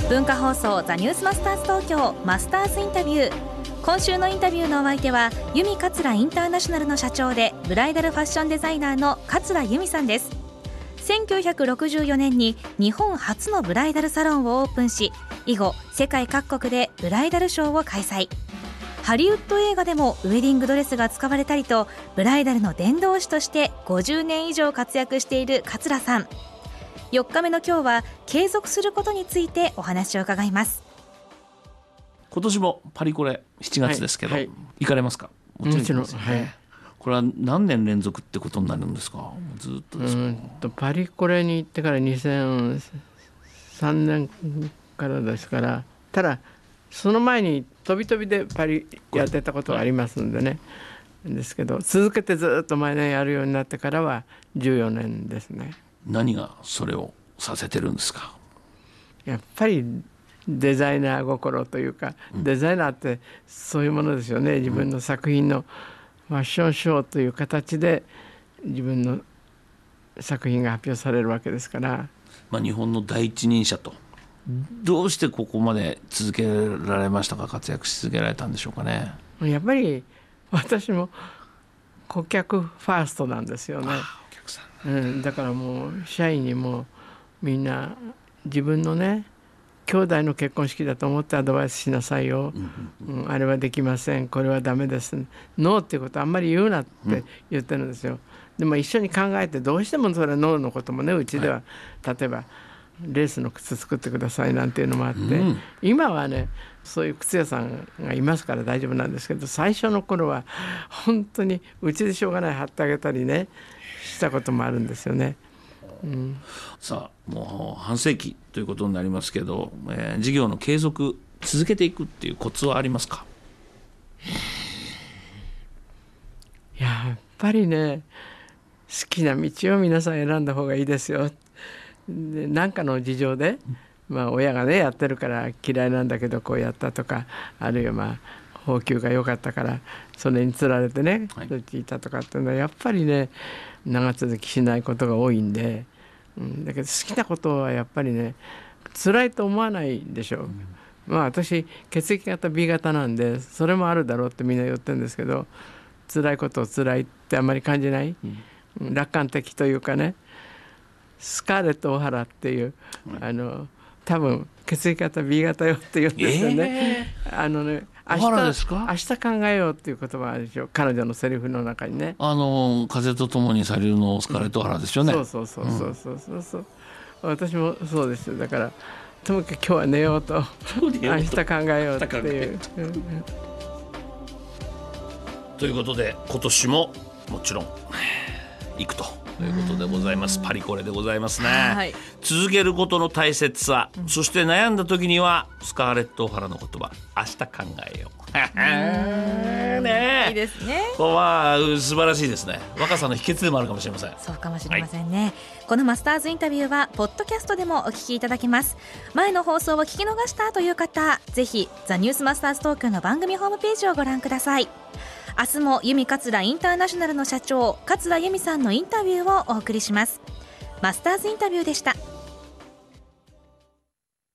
文化放送ザニュースマスターズ東京マスターズインタビュー。今週のインタビューのお相手は由美桂インターナショナルの社長でブライダルファッションデザイナーの桂由美さんです。1964年に日本初のブライダルサロンをオープンし、以後世界各国でブライダルショーを開催。ハリウッド映画でもウェディングドレスが使われたりと、ブライダルの伝道師として50年以上活躍している桂さん。4日目の今日は継続することについてお話を伺います。 今年もパリコレ7月ですけど、行かれますか？もちろん、これは何年連続ってことになるんですか？ずっとですか？ パリコレに行ってから2003年からですから、ただその前に飛び飛びでパリやってたことがありますんでね、ですけど続けてずっと毎年やるようになってからは14年ですね。 何がそれをさせてるんですか？ やっぱりデザイナー心というか、デザイナーってそういうものですよね。自分の作品のファッションショーという形で自分の作品が発表されるわけですから、 日本の第一人者と、どうしてここまで続けられましたか？活躍し続けられたんでしょうかね。 やっぱり私も顧客ファーストなんですよね。 お客さん、 だからもう社員にもみんな自分のね、兄弟の結婚式だと思ってアドバイスしなさいよ、あれはできません、これはダメです、ノーっていうことあんまり言うなって言ってるんですよ。でも一緒に考えて、どうしてもそれはノーのこともね、うちでは、例えばレースの靴作ってくださいなんていうのもあって、今はねそういう靴屋さんがいますから大丈夫なんですけど、最初の頃は本当にうちでしょうがない貼ってあげたりねしたこともあるんですよね。 さあもう半世紀ということになりますけど、事業の継続続けていくっていうコツはありますか？ やっぱりね、好きな道を皆さん選んだ方がいいですよ。で何かの事情で、親がねやってるから嫌いなんだけどこうやったとか、あるいは報給が良かったからそれにつられてねそっちいたとかっていうのはやっぱりね長続きしないことが多いんで、だけど好きなことはやっぱりね辛いと思わないでしょう。私血液型 B 型なんでそれもあるだろうってみんな言ってるんですけど、辛いことを辛いってあんまり感じない、楽観的というかね。スカーレット・オハラっていう多分血液型 B 型よって言うんですよね。明日考えようっていう言葉あるでしょ、彼女のセリフの中にね。 風と共に去りるのスカーレット・オハラですよね。 そう、私もそうですよ。だからともかく今日は寝ようと明日考えようっていう、 ということで今年ももちろん行くということでございます。パリコレでございますね、続けることの大切さ、そして悩んだ時にはスカーレット・オハラの言葉、明日考えようね、 いいですね。 これは素晴らしいですね。若さの秘訣でもあるかもしれません。 そうかもしれませんね、このマスターズインタビューはポッドキャストでもお聞きいただけます。前の放送を聞き逃したという方、ぜひザニュースマスターズ東京の番組ホームページをご覧ください。明日も由美桂インターナショナルの社長桂由美さんのインタビューをお送りします。マスターズインタビューでした。